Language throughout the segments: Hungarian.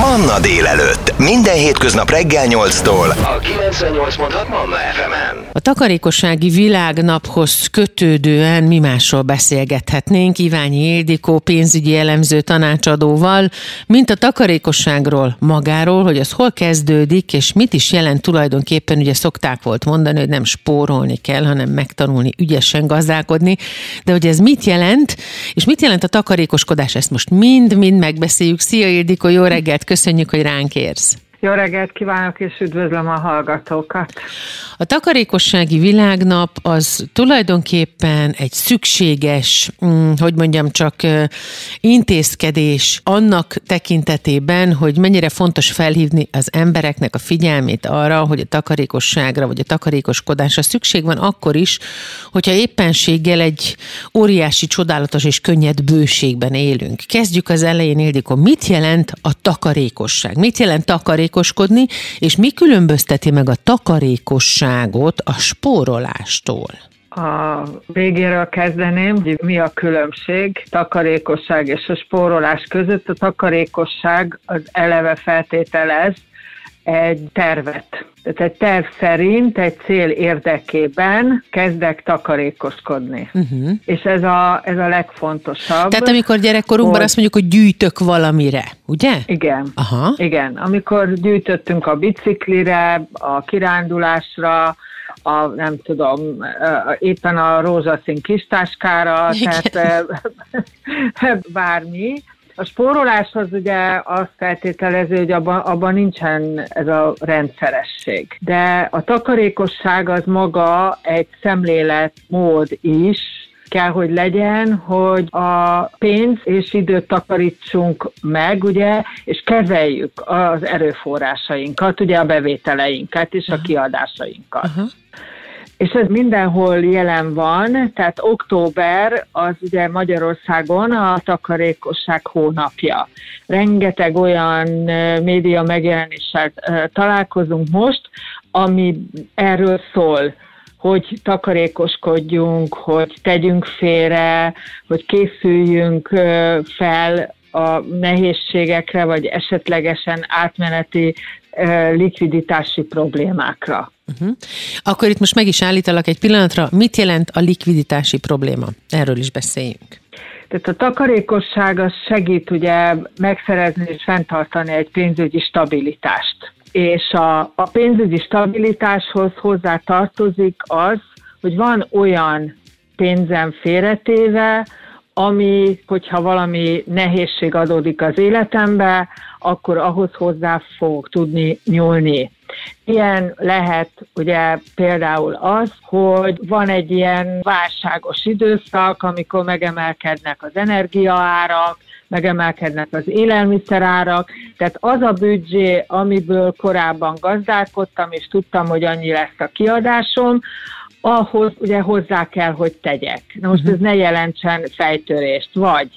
Manna délelőtt. Minden hétköznap reggel 8-tól a 98.6 Manna FM-en. A takarékossági világnaphoz kötődően mi másról beszélgethetnénk Iványi Ildikó pénzügyi elemző tanácsadóval, mint a takarékosságról magáról, hogy az hol kezdődik, és mit is jelent tulajdonképpen. Ugye szokták volt mondani, hogy nem spórolni kell, hanem megtanulni ügyesen gazdálkodni, de hogy ez mit jelent, és mit jelent a takarékoskodás, ezt most mind megbeszéljük. Szia Ildikó, jó reggelt, köszönjük, hogy ránk érsz. Jó reggelt kívánok, és üdvözlöm a hallgatókat! A takarékossági világnap az tulajdonképpen egy szükséges, intézkedés annak tekintetében, hogy mennyire fontos felhívni az embereknek a figyelmét arra, hogy a takarékosságra vagy a takarékoskodásra szükség van akkor is, hogyha éppenséggel egy óriási, csodálatos és könnyed bőségben élünk. Kezdjük az elején, Ildikó. Mit jelent a takarékosság? Mit jelent takarékoskodni, és mi különbözteti meg a takarékosságot a spórolástól? A végéről kezdeném, hogy mi a különbség takarékosság és a spórolás között. A takarékosság az eleve feltételez egy tervet. Tehát egy terv szerint, egy cél érdekében kezdek takarékoskodni. És ez a legfontosabb. Tehát amikor gyerekkorunkban azt mondjuk, hogy gyűjtök valamire, ugye? Igen. Aha. Igen. Amikor gyűjtöttünk a biciklire, a kirándulásra, éppen a rózsaszín kistáskára, tehát bármi. A spóroláshoz ugye azt feltételező, hogy abban nincsen ez a rendszeresség. De a takarékosság az maga egy szemléletmód is, kell, hogy legyen, hogy a pénz és időt takarítsunk meg, ugye, és kezeljük az erőforrásainkat, ugye a bevételeinket és a kiadásainkat. És ez mindenhol jelen van, tehát október az ugye Magyarországon a takarékosság hónapja. Rengeteg olyan média megjelenéssel találkozunk most, ami erről szól, hogy takarékoskodjunk, hogy tegyünk félre, hogy készüljünk fel a nehézségekre, vagy esetlegesen átmeneti likviditási problémákra. Akkor itt most meg is állítalak egy pillanatra, mit jelent a likviditási probléma? Erről is beszéljünk. Tehát a takarékosság az segít ugye megszerezni és fenntartani egy pénzügyi stabilitást. És a pénzügyi stabilitáshoz hozzá tartozik az, hogy van olyan pénzem félretéve, ami, hogyha valami nehézség adódik az életembe, akkor ahhoz hozzá fog tudni nyúlni. Ilyen lehet ugye például az, hogy van egy ilyen válságos időszak, amikor megemelkednek az energiaárak, megemelkednek az élelmiszerárak, tehát az a büdzsé, amiből korábban gazdálkodtam, és tudtam, hogy annyi lesz a kiadásom, ahhoz ugye hozzá kell, hogy tegyek. Na most ez ne jelentsen fejtörést, vagy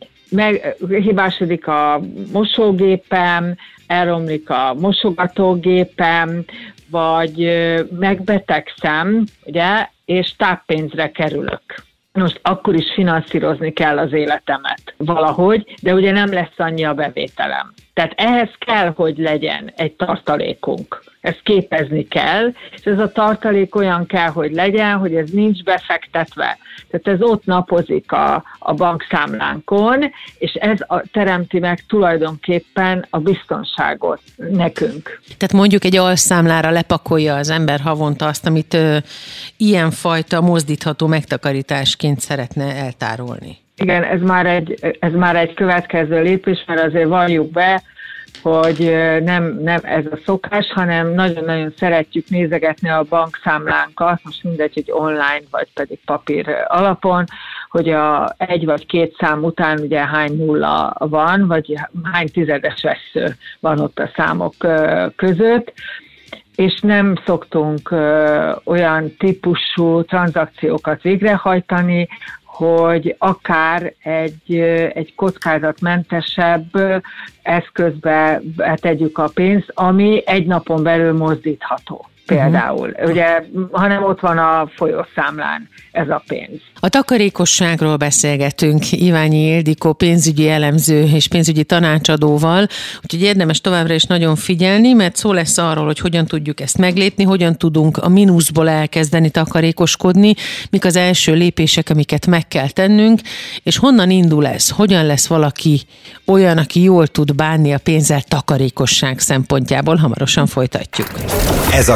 hibásodik a mosógépem, elromlik a mosogatógépem, vagy megbetegszem, ugye, és táppénzre kerülök. Most akkor is finanszírozni kell az életemet valahogy, de ugye nem lesz annyi a bevételem. Tehát ehhez kell, hogy legyen egy tartalékunk. Ezt képezni kell, és ez a tartalék olyan kell, hogy legyen, hogy ez nincs befektetve. Tehát ez ott napozik a bankszámlánkon, és ez teremti meg tulajdonképpen a biztonságot nekünk. Tehát mondjuk egy alszámlára lepakolja az ember havonta azt, amit ilyenfajta mozdítható megtakarításként szeretne eltárolni. Igen, ez már egy következő lépés, mert azért valljuk be, hogy nem ez a szokás, hanem nagyon-nagyon szeretjük nézegetni a bankszámlánkat, most mindegy, hogy online, vagy pedig papír alapon, hogy egy vagy két szám után ugye hány nulla van, vagy hány tizedes vessző van ott a számok között, és nem szoktunk olyan típusú tranzakciókat végrehajtani, hogy akár egy kockázatmentesebb eszközbe tegyük a pénzt, ami egy napon belül mozdítható. például, ugye, hanem ott van a folyószámlán ez a pénz. A takarékosságról beszélgetünk Iványi Ildikó pénzügyi elemző és pénzügyi tanácsadóval, úgyhogy érdemes továbbra is nagyon figyelni, mert szó lesz arról, hogy hogyan tudjuk ezt meglépni, hogyan tudunk a mínuszból elkezdeni takarékoskodni, mik az első lépések, amiket meg kell tennünk, és honnan indul ez, hogyan lesz valaki olyan, aki jól tud bánni a pénzzel takarékosság szempontjából. Hamarosan folytatjuk. Ez a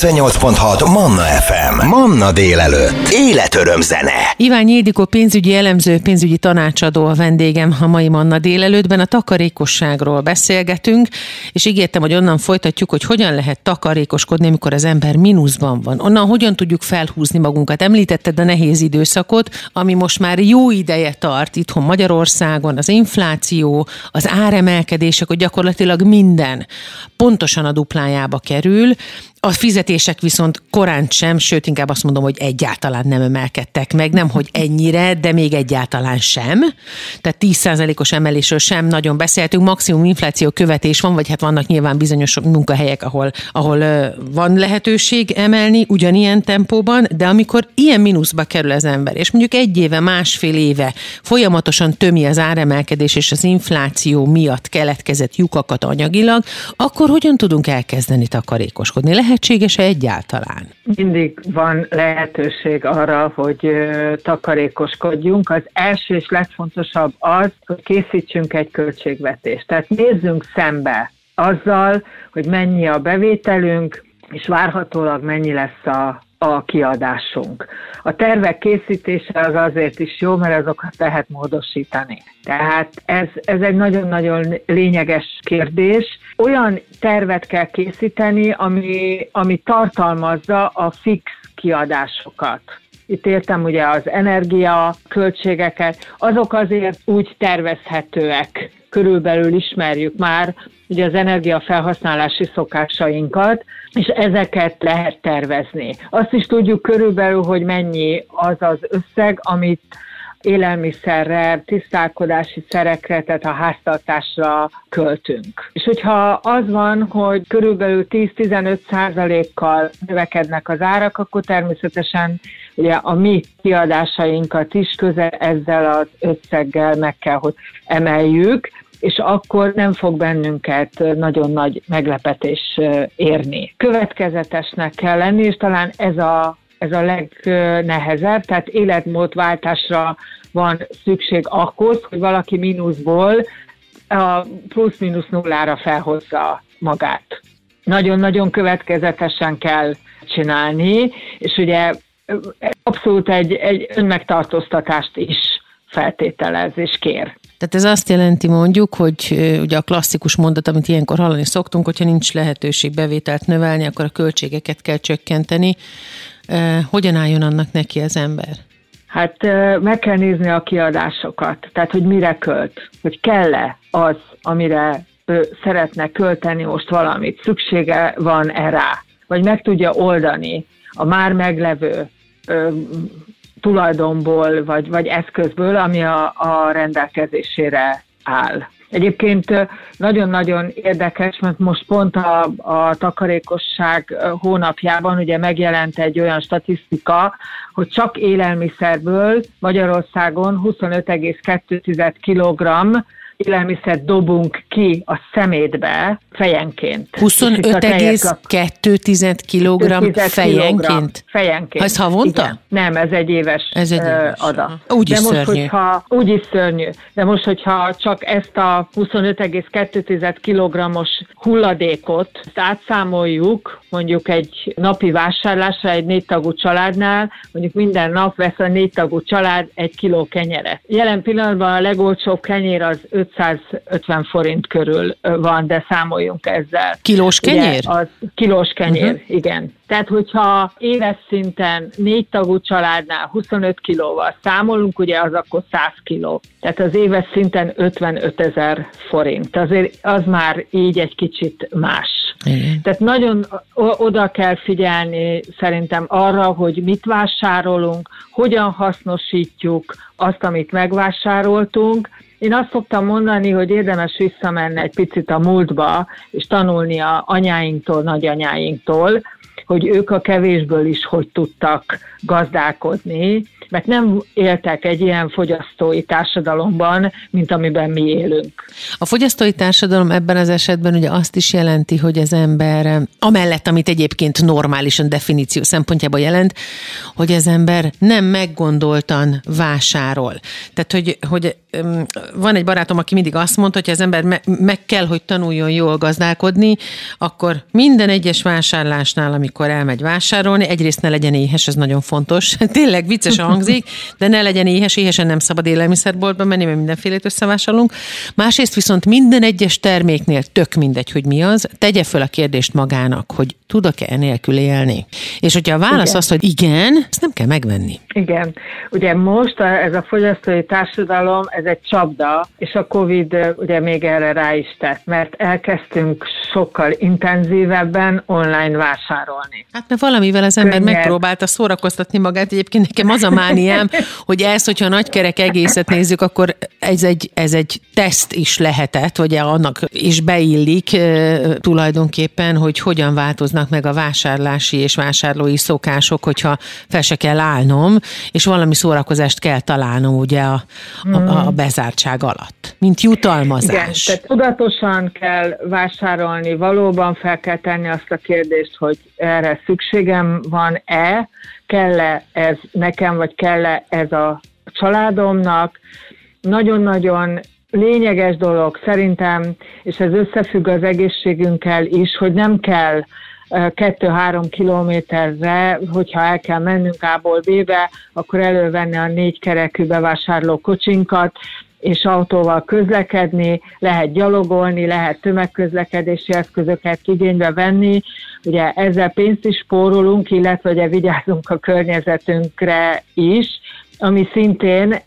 98.6 Manna FM. Manna délelőtt. Életöröm zene. Iványi Ildikó pénzügyi elemző, pénzügyi tanácsadó a vendégem a mai Manna délelőttben. A takarékosságról beszélgetünk, és ígértem, hogy onnan folytatjuk, hogy hogyan lehet takarékoskodni, amikor az ember mínuszban van. Onnan hogyan tudjuk felhúzni magunkat. Említetted a nehéz időszakot, ami most már jó ideje tart itthon Magyarországon, az infláció, az áremelkedések, hogy gyakorlatilag minden pontosan a duplájába kerül. A fizetések viszont korán sem, sőt inkább azt mondom, hogy egyáltalán nem emelkedtek meg, nem hogy ennyire, de még egyáltalán sem. Tehát 10%-os emelésről sem nagyon beszéltünk, maximum infláció követés van, vagy hát vannak nyilván bizonyos munkahelyek, ahol van lehetőség emelni ugyanilyen tempóban, de amikor ilyen mínuszba kerül az ember, és mondjuk egy éve, másfél éve folyamatosan tömi az áremelkedés és az infláció miatt keletkezett lyukakat anyagilag, akkor hogyan tudunk elkezdeni takarékoskodni? Lehetséges-e egyáltalán? Mindig van lehetőség arra, hogy takarékoskodjunk. Az első és legfontosabb az, hogy készítsünk egy költségvetést. Tehát nézzünk szembe azzal, hogy mennyi a bevételünk, és várhatólag mennyi lesz a kiadásunk. A tervek készítése az azért is jó, mert azokat lehet módosítani. Tehát ez egy nagyon-nagyon lényeges kérdés. Olyan tervet kell készíteni, ami tartalmazza a fix kiadásokat. Itt értem ugye az energia költségeket, azok azért úgy tervezhetőek, körülbelül ismerjük már ugye az energiafelhasználási szokásainkat, és ezeket lehet tervezni. Azt is tudjuk körülbelül, hogy mennyi az az összeg, amit élelmiszerre, tisztálkodási szerekre, tehát a háztartásra költünk. És hogyha az van, hogy körülbelül 10-15%-kal növekednek az árak, akkor természetesen ugye a mi kiadásainkat is közel ezzel az összeggel meg kell, hogy emeljük, és akkor nem fog bennünket nagyon nagy meglepetés érni. Következetesnek kell lenni, és talán ez a legnehezebb, tehát életmódváltásra van szükség ahhoz, hogy valaki mínuszból a plusz-mínusz nullára felhozza magát. Nagyon-nagyon következetesen kell csinálni, és ugye abszolút egy önmegtartóztatást is feltételez és kér. Tehát ez azt jelenti mondjuk, hogy ugye a klasszikus mondat, amit ilyenkor hallani szoktunk, hogyha nincs lehetőség bevételt növelni, akkor a költségeket kell csökkenteni. Hogyan álljon annak neki az ember? Hát meg kell nézni a kiadásokat, tehát hogy mire költ, hogy kell-e az, amire szeretne költeni most valamit, szüksége van-e rá, vagy meg tudja oldani a már meglevő tulajdonból, vagy eszközből, ami a rendelkezésére áll. Egyébként nagyon-nagyon érdekes, mert most pont a takarékosság hónapjában ugye megjelent egy olyan statisztika, hogy csak élelmiszerből Magyarországon 25,2 kg élelmiszert dobunk ki a szemétbe fejenként. 25,2 kg fejenként? Fejenként. Ez havonta? Igen. Nem, ez egy éves adat. Úgy is szörnyű. Úgy is szörnyű. De most, hogyha csak ezt a 25,2 kg-os hulladékot átszámoljuk, mondjuk egy napi vásárlásra egy 4 tagú családnál, mondjuk minden nap vesz a 4 tagú család 1 kiló kenyeret. Jelen pillanatban a legolcsóbb kenyér az 550 forint körül van, de számoljunk ezzel. Kilós kenyér? Ugye, az kilós kenyér, igen. Tehát, hogyha éves szinten 4 tagú családnál 25 kilóval számolunk, ugye az akkor 100 kiló. Tehát az éves szinten 55 000 forint. Azért az már így egy kicsit más. Igen. Tehát nagyon oda kell figyelni szerintem arra, hogy mit vásárolunk, hogyan hasznosítjuk azt, amit megvásároltunk. Én azt szoktam mondani, hogy érdemes visszamenni egy picit a múltba, és tanulni a anyáinktól, nagyanyáinktól, hogy ők a kevésből is hogy tudtak gazdálkodni, mert nem éltek egy ilyen fogyasztói társadalomban, mint amiben mi élünk. A fogyasztói társadalom ebben az esetben ugye azt is jelenti, hogy az ember, amellett, amit egyébként normálisan definíció szempontjából jelent, hogy az ember nem meggondoltan vásárol. Tehát, hogy van egy barátom, aki mindig azt mondta, hogy az ember meg kell, hogy tanuljon jól gazdálkodni, akkor minden egyes vásárlásnál, amikor elmegy vásárolni, egyrészt ne legyen éhes, ez nagyon fontos. Tényleg viccesen hangzik, de ne legyen éhes, éhesen nem szabad élelmiszerboltba menni, mert mindenfélét összevásárolunk. Másrészt viszont minden egyes terméknél tök mindegy, hogy mi az, tegye föl a kérdést magának, hogy tudok-e enélkül élni. És hogyha a válasz az, hogy igen, ezt nem kell megvenni. Igen. Ugye most ez a fogyasztói társadalom, ez egy csapda, és a Covid ugye még erre rá is tett, mert elkezdtünk sokkal intenzívebben online vásárolni. Hát mert valamivel az ember megpróbálta szórakoztatni magát. Egyébként nekem az a mániám, hogy hogyha a nagykerek egészet nézzük, akkor ez egy teszt is lehetett, vagy annak is beillik tulajdonképpen, hogy hogyan változnak meg a vásárlási és vásárlói szokások, hogyha fel se kell állnom, és valami szórakozást kell találnom ugye a bezártság alatt, mint jutalmazás. Igen, tehát tudatosan kell vásárolni, valóban fel kell tenni azt a kérdést, hogy erre szükségem van-e, kell-e ez nekem, vagy kell-e ez a családomnak. Nagyon-nagyon lényeges dolog szerintem, és ez összefügg az egészségünkkel is, hogy nem kell 2-3 kilométerre, hogyha el kell mennünk A-ból B-be, akkor elővenni a 4 kerekű bevásárló kocsinkat, és autóval közlekedni, lehet gyalogolni, lehet tömegközlekedési eszközöket igénybe venni. Ugye ezzel pénzt is spórolunk, illetve ugye vigyázunk a környezetünkre is, ami szintén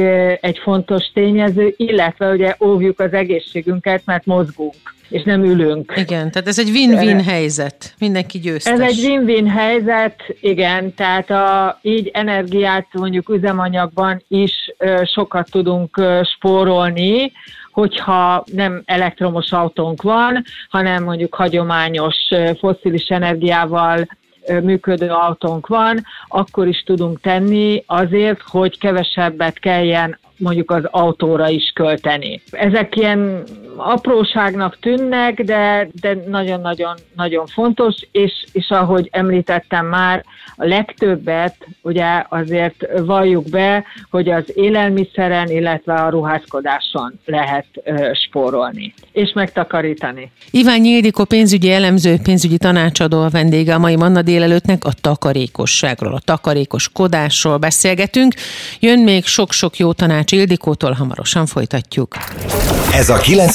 egy fontos tényező, illetve ugye óvjuk az egészségünket, mert mozgunk, és nem ülünk. Igen, tehát ez egy win-win helyzet, mindenki győztes. Ez egy win-win helyzet, igen, tehát így energiát mondjuk üzemanyagban is sokat tudunk spórolni, hogyha nem elektromos autónk van, hanem mondjuk hagyományos fosszilis energiával működő autónk van, akkor is tudunk tenni azért, hogy kevesebbet kelljen mondjuk az autóra is költeni. Ezek ilyen apróságnak tűnnek, de nagyon-nagyon fontos, és ahogy említettem már, a legtöbbet ugye azért valljuk be, hogy az élelmiszeren, illetve a ruházkodáson lehet spórolni, és megtakarítani. Iványi Ildikó pénzügyi elemző, pénzügyi tanácsadó a vendége a mai Manna délelőttnek. A takarékosságról, a takarékoskodásról beszélgetünk. Jön még sok-sok jó tanács Ildikótól, hamarosan folytatjuk. Ez a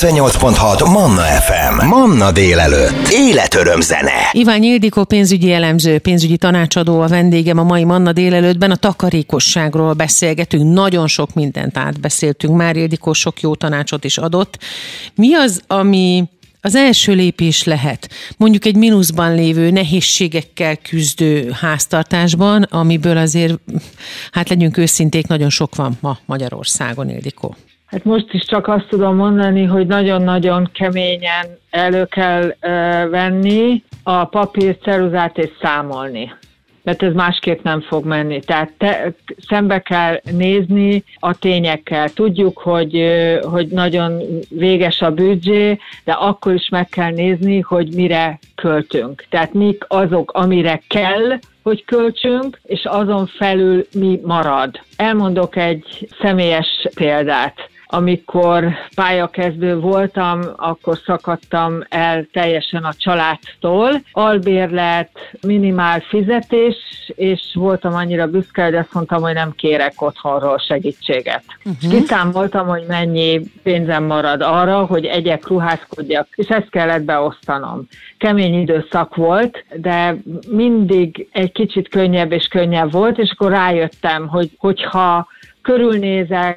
98.6 Manna FM. Manna délelőtt. Életöröm zene. Iványi Ildikó pénzügyi elemző, pénzügyi tanácsadó a vendégem a mai Manna délelőttben. A takarékosságról beszélgetünk. Nagyon sok mindent átbeszéltünk már. Ildikó sok jó tanácsot is adott. Mi az, ami az első lépés lehet, mondjuk egy mínuszban lévő, nehézségekkel küzdő háztartásban, amiből azért, hát legyünk őszinték, nagyon sok van ma Magyarországon, Ildikó? Hát most is csak azt tudom mondani, hogy nagyon-nagyon keményen elő kell venni a papír, ceruzát és számolni. Mert ez másképp nem fog menni. Tehát szembe kell nézni a tényekkel. Tudjuk, hogy nagyon véges a büdzsé, de akkor is meg kell nézni, hogy mire költünk. Tehát mik azok, amire kell, hogy költsünk, és azon felül mi marad. Elmondok egy személyes példát. Amikor pályakezdő voltam, akkor szakadtam el teljesen a családtól. Albérlet, minimál fizetés, és voltam annyira büszke, hogy azt mondtam, hogy nem kérek otthonról segítséget. Kiszámoltam, hogy mennyi pénzem marad arra, hogy egyek, ruházkodjak, és ezt kellett beosztanom. Kemény időszak volt, de mindig egy kicsit könnyebb és könnyebb volt, és akkor rájöttem, hogyha körülnézek,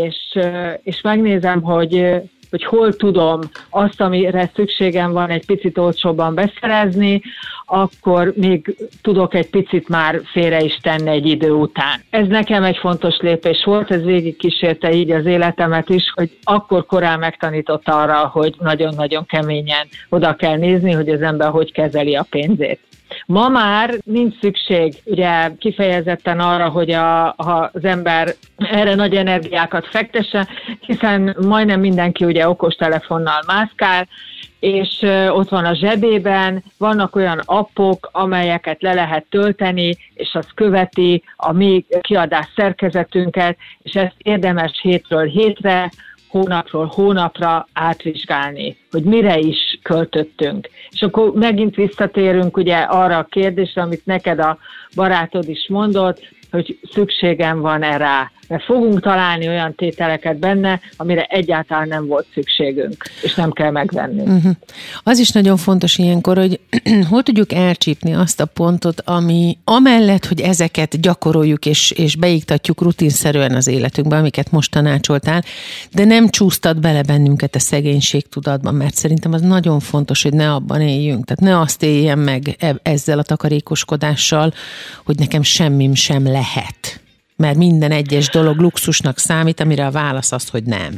és megnézem, hogy hol tudom azt, amire szükségem van egy picit olcsóbban beszerezni, akkor még tudok egy picit már félre is tenni egy idő után. Ez nekem egy fontos lépés volt, ez végig kísérte így az életemet is, hogy akkor korán megtanított arra, hogy nagyon-nagyon keményen oda kell nézni, hogy az ember hogy kezeli a pénzét. Ma már nincs szükség ugye kifejezetten arra, hogy az ember erre nagy energiákat fektesse, hiszen majdnem mindenki ugye okostelefonnal mászkál, és ott van a zsebében, vannak olyan appok, amelyeket le lehet tölteni, és az követi a mi kiadás szerkezetünket, és ezt érdemes hétről hétre, hónapról hónapra átvizsgálni, hogy mire is költöttünk. És akkor megint visszatérünk ugye arra a kérdésre, amit neked a barátod is mondott, hogy szükségem van rá. Mert fogunk találni olyan tételeket benne, amire egyáltalán nem volt szükségünk, és nem kell megvenni. Uh-huh. Az is nagyon fontos ilyenkor, hogy hol tudjuk elcsípni azt a pontot, ami amellett, hogy ezeket gyakoroljuk és beiktatjuk rutinszerűen az életünkbe, amiket most tanácsoltál, de nem csúsztat bele bennünket a szegénységtudatban, mert szerintem az nagyon fontos, hogy ne abban éljünk. Tehát ne azt éljen meg ezzel a takarékoskodással, hogy nekem semmim sem lehet. Mert minden egyes dolog luxusnak számít, amire a válasz az, hogy nem.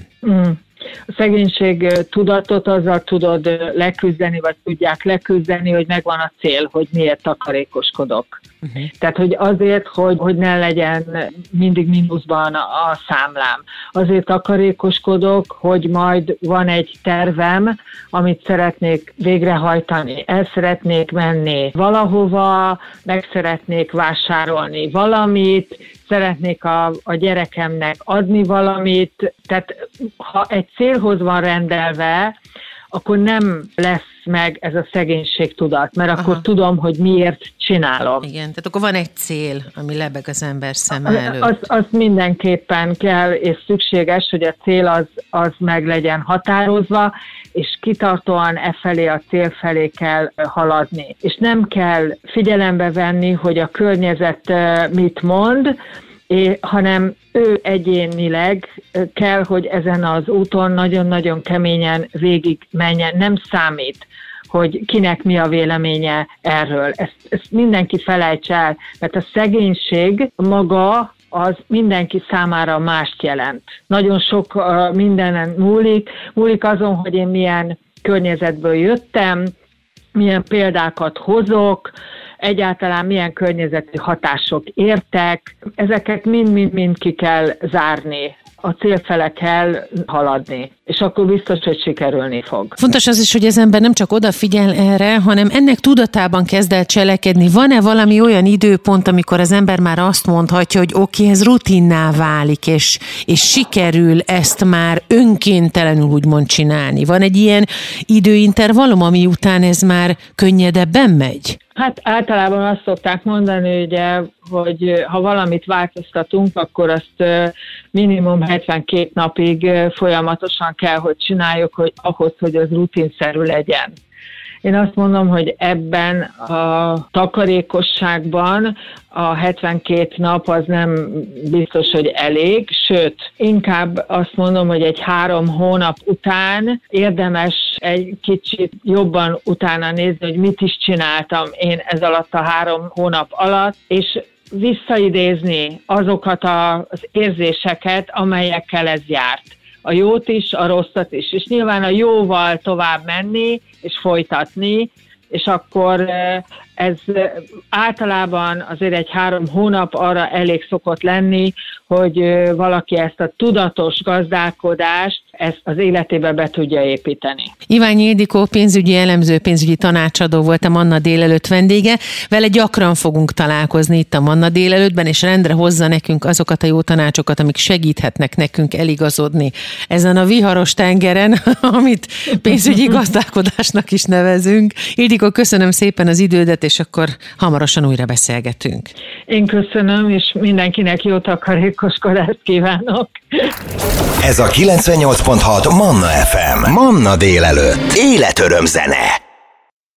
A szegénység tudatot azzal tudod leküzdeni, vagy tudják leküzdeni, hogy megvan a cél, hogy miért takarékoskodok. Uh-huh. Tehát, hogy azért, hogy ne legyen mindig mínuszban a számlám. Azért takarékoskodok, hogy majd van egy tervem, amit szeretnék végrehajtani. El szeretnék menni valahova, meg szeretnék vásárolni valamit, szeretnék a gyerekemnek adni valamit. Tehát, ha egy célhoz van rendelve, akkor nem lesz meg ez a szegénységtudat, mert akkor tudom, hogy miért csinálom. Igen, tehát akkor van egy cél, ami lebeg az ember szeme előtt. Az mindenképpen kell, és szükséges, hogy a cél az meg legyen határozva, és kitartóan felé, a cél felé kell haladni. És nem kell figyelembe venni, hogy a környezet mit mond, hanem ő egyénileg kell, hogy ezen az úton nagyon-nagyon keményen végig menjen. Nem számít, hogy kinek mi a véleménye erről. Ezt mindenki felejts el, mert a szegénység maga az mindenki számára mást jelent. Nagyon sok mindenen múlik azon, hogy én milyen környezetből jöttem, milyen példákat hozok, egyáltalán milyen környezeti hatások értek, ezeket mind ki kell zárni. A cél fele kell haladni, és akkor biztos, hogy sikerülni fog. Fontos az is, hogy az ember nem csak odafigyel erre, hanem ennek tudatában kezd el cselekedni. Van-e valami olyan időpont, amikor az ember már azt mondhatja, hogy oké, ez rutinná válik, és sikerül ezt már önkéntelenül úgymond csinálni? Van egy ilyen időintervallum, ami után ez már könnyedebben megy? Hát általában azt szokták mondani, ugye, hogy ha valamit változtatunk, akkor azt minimum 72 napig folyamatosan kell, hogy csináljuk, hogy ahhoz, hogy az rutinszerű legyen. Én azt mondom, hogy ebben a takarékosságban a 72 nap az nem biztos, hogy elég, sőt, inkább azt mondom, hogy egy 3 hónap után érdemes egy kicsit jobban utána nézni, hogy mit is csináltam én ez alatt a 3 hónap alatt, és visszaidézni azokat az érzéseket, amelyekkel ez járt. A jót is, a rosszat is. És nyilván a jóval tovább menni, és folytatni, és akkor ez általában azért egy 3 hónap arra elég szokott lenni, hogy valaki ezt a tudatos gazdálkodást ezt az életébe be tudja építeni. Iványi Ildikó pénzügyi elemző, pénzügyi tanácsadó volt a Manna délelőtt vendége. Vele gyakran fogunk találkozni itt a Manna délelőttben, és rendre hozza nekünk azokat a jó tanácsokat, amik segíthetnek nekünk eligazodni ezen a viharos tengeren, amit pénzügyi gazdálkodásnak is nevezünk. Ildikó, köszönöm szépen az idődet, és akkor hamarosan újra beszélgetünk. Én köszönöm, és mindenkinek jó takarékoskodást kívánok. Ez a 98.6 Manna FM. Manna délelőtt. Életöröm zene.